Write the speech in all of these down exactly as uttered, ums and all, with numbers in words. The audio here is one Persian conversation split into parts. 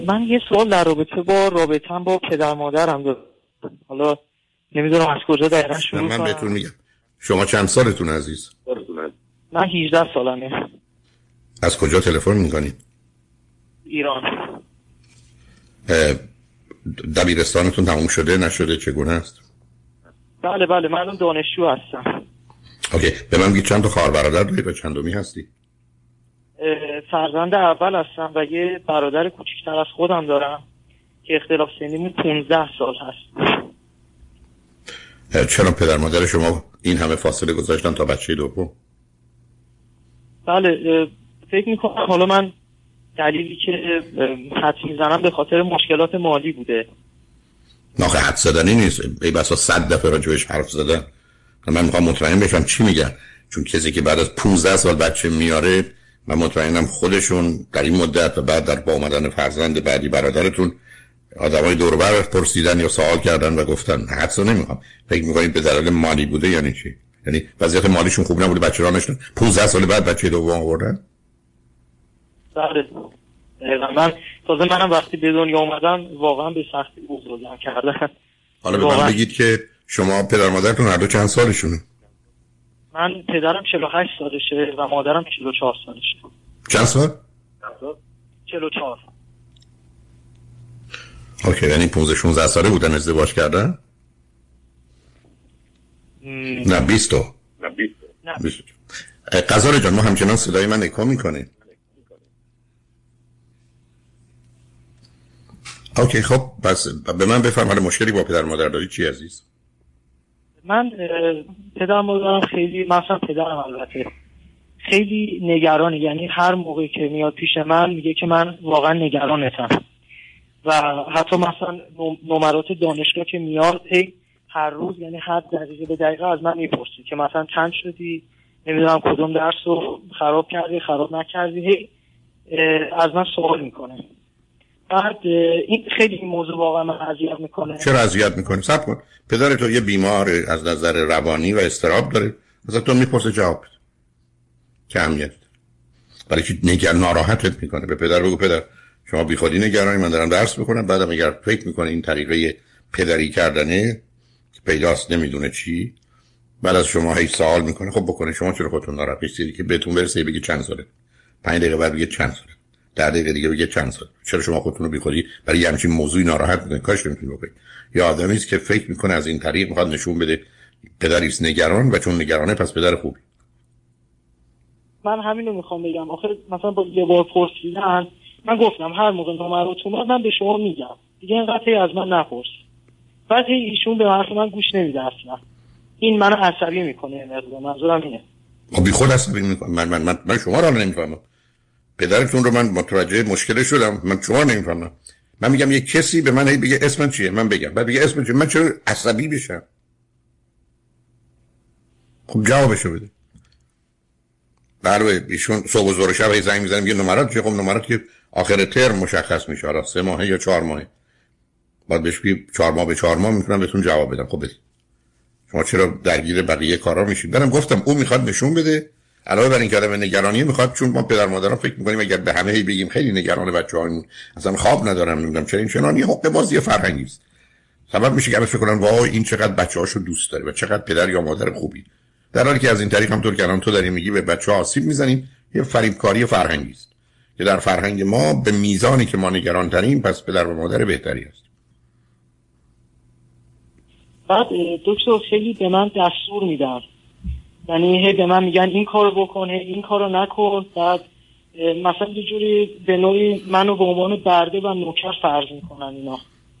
من یه سوال در رابطه با رابطه‌ام با پدر مادرم دارم. حالا نمیدونم از کجا دقیقاً شروع کنم. من بهتون میگم. شما چند سالتون عزیز؟ من هجده سالمه. از کجا تلفن میکنید؟ ایران. دبیرستانتون تموم شده نشده چگونه است؟ بله بله من الان دانشجو هستم. اوکی. به من بگید چند تا خواهر برادر دارید و چندمی هستی؟ فرزند اول هستم و یه برادر کوچیک‌تر از خودم دارم که اختلاف سنیمون پانزده سال هست. چرا پدر مادر شما این همه فاصله گذاشتن تا بچه دوم؟ بله فکر میکنم حالا من دلیلی که حد میزنم به خاطر مشکلات مالی بوده. نه حد زدنی نیست. ای بسا صد دفعه راجبش حرف زدن. من میخوام مطمئن بشم چی میگن، چون کسی که بعد از پانزده سال بچه میاره من مطمئنم خودشون در این مدت و بعد در با اومدن فرزند بعدی برادرتون آدمای دور و بر پرسیدن یا سوال کردن و گفتن حدسو نمیخوام. فکر میکنید به دلیل مالی بوده یعنی چی؟ یعنی وضعیت مالیشون خوب نبوده بچه را نشدن پانزده سال بعد بچه دوم آوردن؟ بله من تازه منم وقتی به دنیا اومدم واقعا به سختی بزرگم کردن. حالا به من بگید که شما پدر مادرتون هر دو چند سالشونه؟ من پدرم چهل و هشت سالشه و مادرم چهل و چهار سالشه. چند سال؟ چهل و چهار. اوکی، یعنی پانزده شانزده ساله بودن ازدواج کردن؟ م... نه بیست تا. نه بیست. نه بیست. قزار جان ما همچنان صدای من اکو میکنه. اوکی خب پس به من بفرم حالا مشکلی با پدر مادر داری چی عزیز؟ من پدر مادرم خیلی مثلا پدرم البته خیلی نگرانه، یعنی هر موقع که میاد پیش من میگه که من واقعا نگرانتم و حتی مثلا نمرات دانشگاه که میاد هی هر روز یعنی هر دقیقه به دقیقه از من میپرسی که مثلا چند شدی، نمیدونم کدوم درس رو خراب کردی خراب نکردی، هی از من سوال میکنه. بعد این خیلی این موضوع واقعا من اذیت میکنه. چرا اذیت میکنه؟ صبر کن. پدر تو یه بیمار از نظر روانی و اضطراب داره، ازت تو میپرسه جواب بده. چه اهمیت؟ برای چی نگران ناراحتت میکنه؟ به پدر بگو پدر شما بیخودی نگرانی، من دارم درس میخونم، بعدم اگر فکر میکنه این طریقه پدری کردنه که پیداست نمیدونه چی، بعد از شما هی سوال میکنه، خب بکنه. شما چرا خودتون ناراحت میشید که بهتون برسه بگید چند ساله، پنج دقیقه بعد بگید چند ساله، ده دقیقه دیگه بگید چند ساله؟ چرا شما خودتون رو بیخودی برای همچین موضوعی ناراحت میکنید؟ کاش نمیتونید بکنید. یا آدمی است که فکر میکنه از این طریق میخواد نشون بده پدری است نگران و چون نگرانه پس پدر خوبی. من همین رو میخوام بگم. آخر مثلا با یه بار پرسیدن من گفتم هر موقع نمرات اومد من به شما میگم دیگه اینقدر از من نپرس. بعد ایشون به حرف من گوش نمیده اصلا. این منو عصبی میکنه. منظورم اینه. خب بی خود عصبی میکنه. من من من, من شما رو نمیفهمم. پدرتون رو من متوجه مشکل شدم، من شما نمیفهمم. من میگم یه کسی به من هی بگه اسم چیه، من بگم، بعد بگه اسم چیه، من چرا عصبی بشم؟ خب جوابشو بده. برای ایشون صبح و ظهر شب هی زنگ میزنم میگه نمرات چیه؟ خب نمرات که آخر ترم مشخص میشه، حالا سه ماهه یا چهار ماهه. بعد بهش بگی چهار ماه به چهار ماه میتونم بهتون جواب بدم. خب بدید. شما چرا درگیر بقیه کارا میشید؟ برام گفتم او میخواد نشون بده علاوه بر این که آدم نگرانی میخواد، چون ما پدر مادران فکر میکنیم اگر به همه هی بگیم خیلی نگران بچه‌هامون اصلا خواب ندارم نمیدونم چرا این چنان یه حقه بازی فرهنگی است. سبب میشه که همه فکر کنن وای این چقدر بچه‌هاشو دوست داره و چقدر پدر یا مادر خوبی، در حالی که از این طریق همونطور که الان تو داری میگی به بچه‌ها آسیب میزنیم. یه فریبکاری فرهنگی است که در فرهنگ ما به میزانی که ما نگران تریم پس پدر و مادر بهتری است. بعد دکتر خیلی به من دستور میدن، یعنی هی به من میگن این کارو بکن این کارو نکن. بعد مثلا یه جوری به نوعی منو به عنوان برده و نوکر فرض میکنن اینا.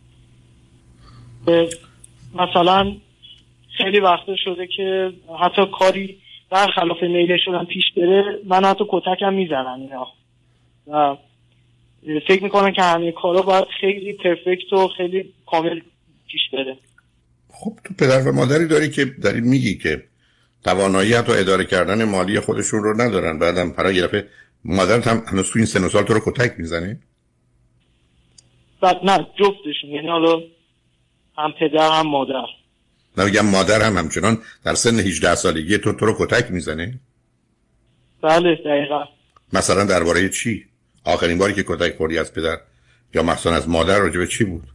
مثلا خیلی وقتا شده که حتی کاری برخلاف میلشون پیش بره من حتی کتکم میزنن اینا و فکر میکنن که همه کارا باید خیلی پرفکت و خیلی کامل پیش بره. خب تو پدر و مادری داری که داری میگی که توانایی حتی اداره کردن مالی خودشون رو ندارن، بعدم برای یه دفعه مادرت هم هنوز تو این سن و سال تو رو کتک میزنه؟ بعد نه جفتشون، یعنی حالا هم پدر هم مادر. نه میگم مادر هم همچنان در سن هجده سالگی تو تو رو کتک میزنه؟ بله دقیقا. مثلا درباره چی؟ آخرین باری که کتک خوردی از پدر یا مثلا از مادر راجع به چی بود؟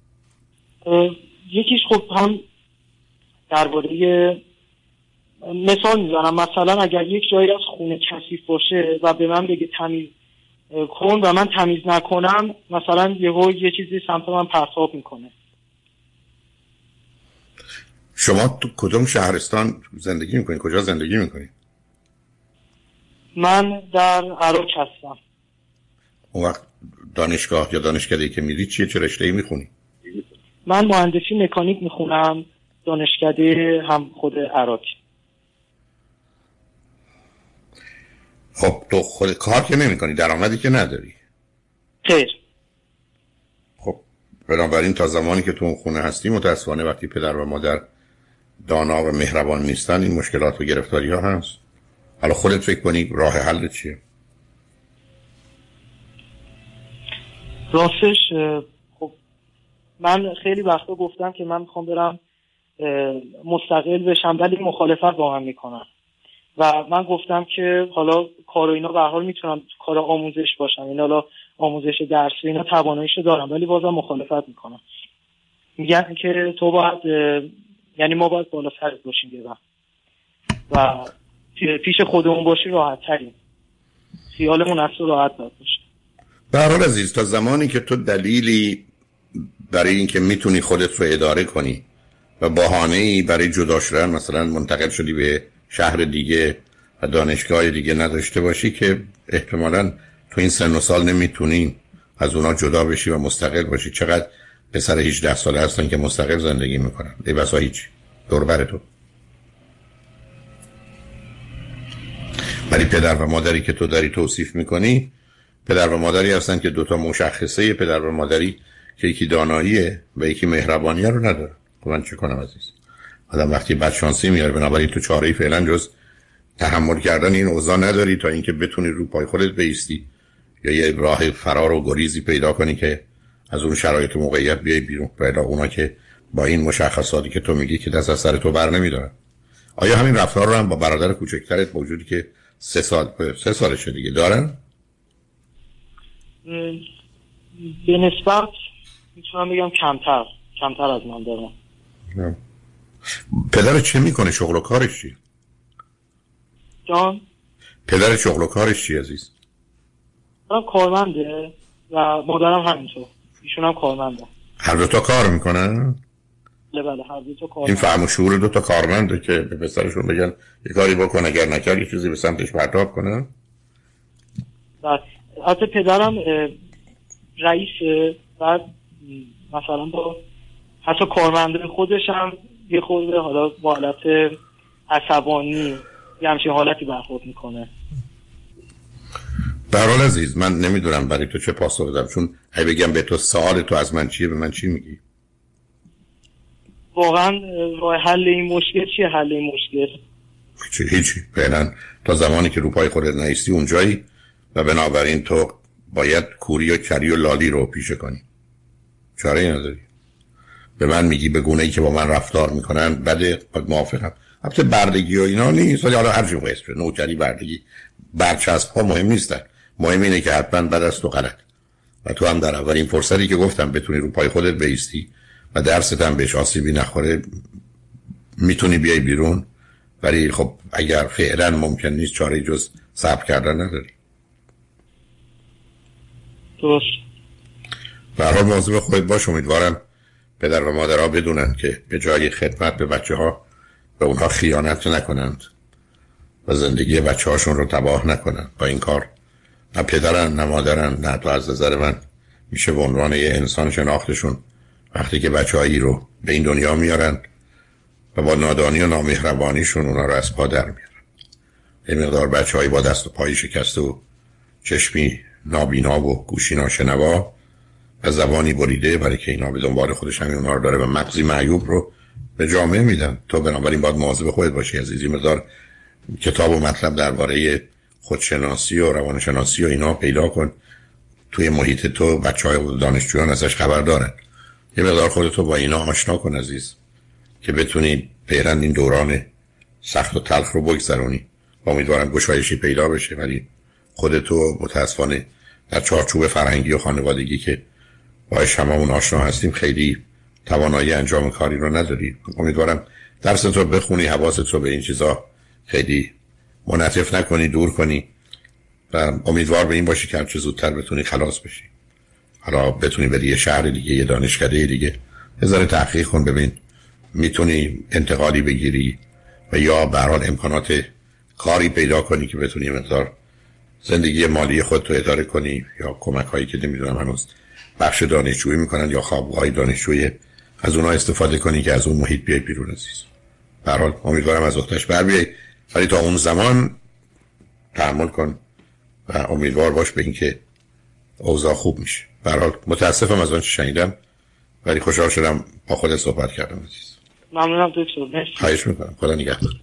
یکیش خب هم درباره مثال میزنم، مثلا اگر یک جایی از خونه کثیف باشه و به من بگه تمیز کن و من تمیز نکنم، مثلا یهو یه چیزی سمت من پرتاب میکنه. شما تو کدوم شهرستان زندگی میکنید؟ کجا زندگی میکنید؟ من در عراق هستم. اون وقت دانشگاه یا دانشکده‌ای که میری چیه، چه رشته‌ای میخونی؟ من مهندسی مکانیک میخونم، دانشکده هم خود عراق. خب تو خود کار که نمی کنی، درآمدی که نداری. خیر. خب بنابراین تا زمانی که تو اون خونه هستی، متاسفانه وقتی پدر و مادر دانا و مهربان نیستن، این مشکلات و گرفتاری ها هست. حالا خودت فکر کنی راه حل چیه؟ راستش خب من خیلی وقتا گفتم که من میخوام برم مستقل بشم، ولی مخالفت با من میکنن و من گفتم که حالا کار و اینا به هر حال میتونم کار آموزش باشم، این حالا آموزش درسی اینا تواناییشو دارم، ولی بازم مخالفت میکنم. میگن که تو باید یعنی ما باید بالا سرت باشیم دیگه و پیش خودمون باشی راحت تریم، خیالمون از تو راحت باید باشه. به هر حال عزیز، تا زمانی که تو دلیلی برای اینکه میتونی خودت رو اداره کنی و بهانه‌ای برای جدا شدن، مثلا منتقل شدی به شهر دیگه و دانشگاه دیگه نداشته باشی، که احتمالاً تو این سن و سال نمیتونی از اونا جدا بشی و مستقل باشی. چقدر پسر هجده ساله هستن که مستقل زندگی میکنن، ای بسا هیچ دور بر تو. ولی پدر و مادری که تو داری توصیف میکنی، پدر و مادری هستن که دوتا مشخصه پدر و مادری که یکی داناییه و یکی مهربانیه رو نداره. خب من چه کنم عزیز؟ آدم وقتی بدشانسی میاره، بنابراین تو چاره‌ای فعلا جز تحمل کردن این اوضاع نداری تا اینکه بتونی رو پای خودت بایستی یا یه راه فرار و گریزی پیدا کنی که از اون شرایط و موقعیت بیای بیرون. پیدا اونا که با این مشخصاتی که تو میگی که دست از سر تو بر نمیدارن. آیا همین رفتار رو هم با برادر کوچکترت با وجودی که سه سال سه سالشه دیگه دارن؟ به نسبت میتونم بگم کمتر کمتر از من دارم. نه. پدر چه میکنه؟ شغل و کارش چیه؟ جان؟ پدر شغل و کارش چیه عزیز؟ من کارمنده و مادرم همینطور، ایشون هم کارمنده. هر دو تا کار میکنن؟ بله بله هر دو تا کارمند. این فهم و شعور دو تا کارمنده که به پسرشون بگن یه کاری بکن، اگر نکرد یه چیزی به سمتش پرتاب کنن؟ بله. حتی پدرم رئیسه، بعد مثلا با حتی کارمنده خودش هم یه خورده حالا با حالت عصبانی یه همچین حالتی برخورد میکنه. به هر حال عزیز، من نمیدونم برای تو چه پاسخ بدم، چون اگه بگم به تو سوال تو از من چیه، به من چی میگی؟ واقعا راه حل این مشکل چیه؟ حل این مشکل هیچی هیچی فعلا تا زمانی که رو پای خودت نیستی اونجایی و بنابراین تو باید کوری و کری و لالی رو پیشه کنی، چاره ای نداری. به من میگی به گونه‌ای که با من رفتار میکنن بده، موافقم. البته بردگی و اینا نیست، ولی حالا هر چی قصه نوکری بردگی برچسب ها مهم نیستن، مهم اینه که حتما بعد از تو غلط و تو هم در اولین فرصتی که گفتم بتونی رو پای خودت بایستی و درست هم بهش آسیبی نخوره میتونی بیای بیرون. ولی خب اگر فعلا ممکن نیست، چاره جز صبر کردن نداری. درست. به هر حال مواظب خودت باش. امیدوارم پدر و مادرها بدونن که به جای خدمت به بچه ها به اونها خیانت نکنند و زندگی بچه هاشون رو تباه نکنند. با این کار نه پدرن نه مادرن نه تو از نظر من میشه به عنوان یه انسان شناختشون وقتی که بچه هایی رو به این دنیا میارن و با نادانی و نامهربانیشون اونا رو از پا در میارن. یه مقدار بچه هایی با دست و پایی شکسته و چشمی نابینا و گوشی ناشنوا و زبانی بریده، برای که اینا به دنبال خودش همین اونا رو داره و مغزی معیوب رو به جامعه میدن. تو بنابراین باید مواظب خودت باشی عزیزی. مقدار کتاب و مطلب درباره خودشناسی و روانشناسی و اینا پیدا کن. توی محیط تو بچهای و دانشجویان ازش خبر دارن. یه مقدار خودتو با اینا آشنا کن عزیز که بتونی پیرن این دوران سخت و تلخ رو بگذرونی. امیدوارم گشایشی پیدا بشه، ولی خودتو متاسفانه در چارچوب فرهنگی و خانوادگی که باش هممون آشنا هستیم خیلی توانایی انجام کاری رو نداری. امیدوارم درست رو بخونی، حواست رو به این چیزا خیلی منعطف نکنی، دور کنی و امیدوار به این باشی که هرچه زودتر بتونی خلاص بشی. حالا بتونی بری یه شهر دیگه، یه دانشکده دیگه یه ذره تحقیق کن، ببین میتونی انتقالی بگیری و یا به هر حال امکانات کاری پیدا کنی که بتونی مقدار زندگی مالی خودت رو اداره کنی، یا کمک هایی که نمیدونم هنوز بخش دانشجویی میکنن یا خوابگاهی دانشجویی، از اونها استفاده کنی که از اون محیط بیای بیرون. عزیز به هر حال امیدوارم از وقتش بر بیای، ولی تا اون زمان تحمل کن و امیدوار باش به اینکه اوضاع خوب میشه. به هر حال متاسفم از آنچه شنیدم، ولی خوشحال شدم با خودت صحبت کردم. عزیز ممنونم دکتر. مرسی. خواهش میکنم. خدا نگهدار.